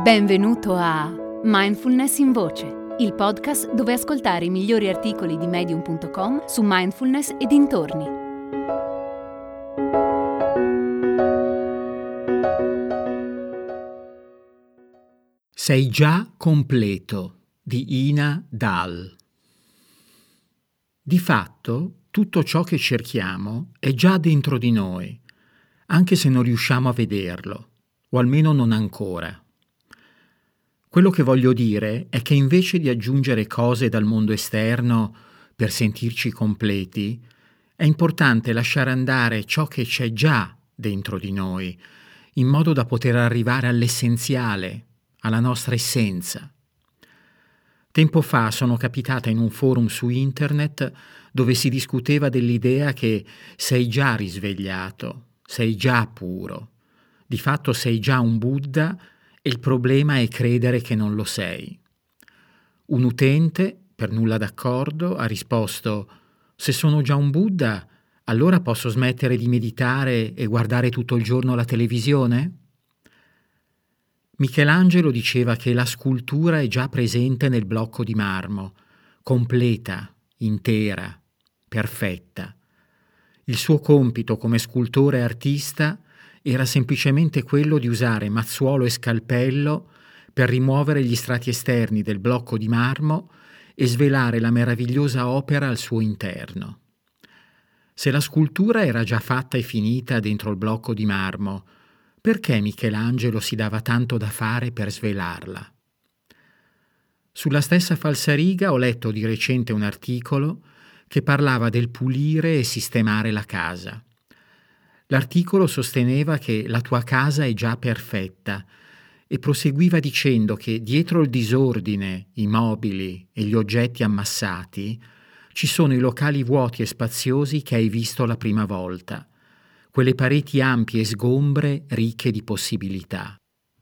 Benvenuto a Mindfulness in Voce, il podcast dove ascoltare i migliori articoli di Medium.com su mindfulness e dintorni. Sei già completo di Ina Dahl. Di fatto, tutto ciò che cerchiamo è già dentro di noi, anche se non riusciamo a vederlo, o almeno non ancora. Quello che voglio dire è che invece di aggiungere cose dal mondo esterno per sentirci completi, è importante lasciare andare ciò che c'è già dentro di noi, in modo da poter arrivare all'essenziale, alla nostra essenza. Tempo fa sono capitata in un forum su internet dove si discuteva dell'idea che sei già risvegliato, sei già puro, di fatto sei già un Buddha e il problema è credere che non lo sei. Un utente, per nulla d'accordo, ha risposto: se sono già un Buddha, allora posso smettere di meditare e guardare tutto il giorno la televisione? Michelangelo diceva che la scultura è già presente nel blocco di marmo, completa, intera, perfetta. Il suo compito come scultore e artista era semplicemente quello di usare mazzuolo e scalpello per rimuovere gli strati esterni del blocco di marmo e svelare la meravigliosa opera al suo interno. Se la scultura era già fatta e finita dentro il blocco di marmo, perché Michelangelo si dava tanto da fare per svelarla? Sulla stessa falsariga ho letto di recente un articolo che parlava del pulire e sistemare la casa. L'articolo sosteneva che la tua casa è già perfetta e proseguiva dicendo che dietro il disordine, i mobili e gli oggetti ammassati ci sono i locali vuoti e spaziosi che hai visto la prima volta, quelle pareti ampie e sgombre ricche di possibilità.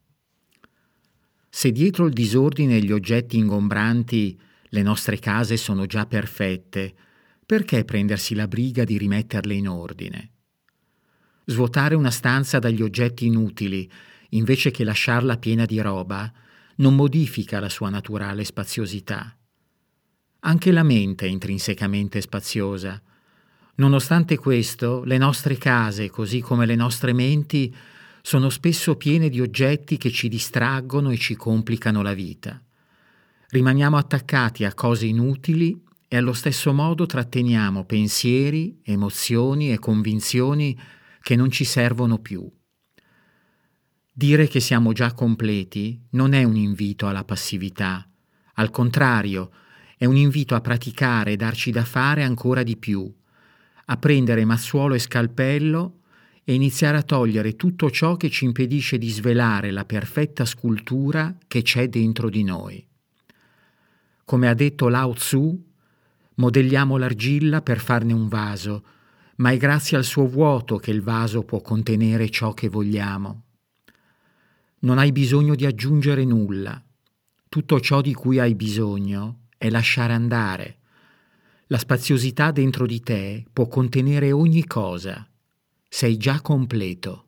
Se dietro il disordine e gli oggetti ingombranti le nostre case sono già perfette, perché prendersi la briga di rimetterle in ordine? Svuotare una stanza dagli oggetti inutili, invece che lasciarla piena di roba, non modifica la sua naturale spaziosità. Anche la mente è intrinsecamente spaziosa. Nonostante questo, le nostre case, così come le nostre menti, sono spesso piene di oggetti che ci distraggono e ci complicano la vita. Rimaniamo attaccati a cose inutili e allo stesso modo tratteniamo pensieri, emozioni e convinzioni che non ci servono più. Dire che siamo già completi non è un invito alla passività, al contrario, è un invito a praticare e darci da fare ancora di più, a prendere mazzuolo e scalpello e iniziare a togliere tutto ciò che ci impedisce di svelare la perfetta scultura che c'è dentro di noi. Come ha detto Lao Tzu, modelliamo l'argilla per farne un vaso, ma è grazie al suo vuoto che il vaso può contenere ciò che vogliamo. Non hai bisogno di aggiungere nulla. Tutto ciò di cui hai bisogno è lasciare andare. La spaziosità dentro di te può contenere ogni cosa. Sei già completo.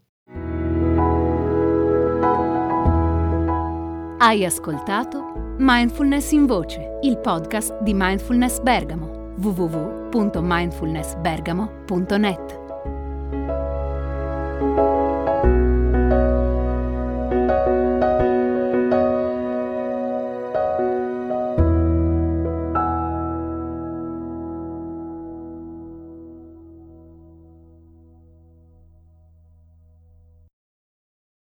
Hai ascoltato Mindfulness in Voce, il podcast di Mindfulness Bergamo. www.mindfulnessbergamo.net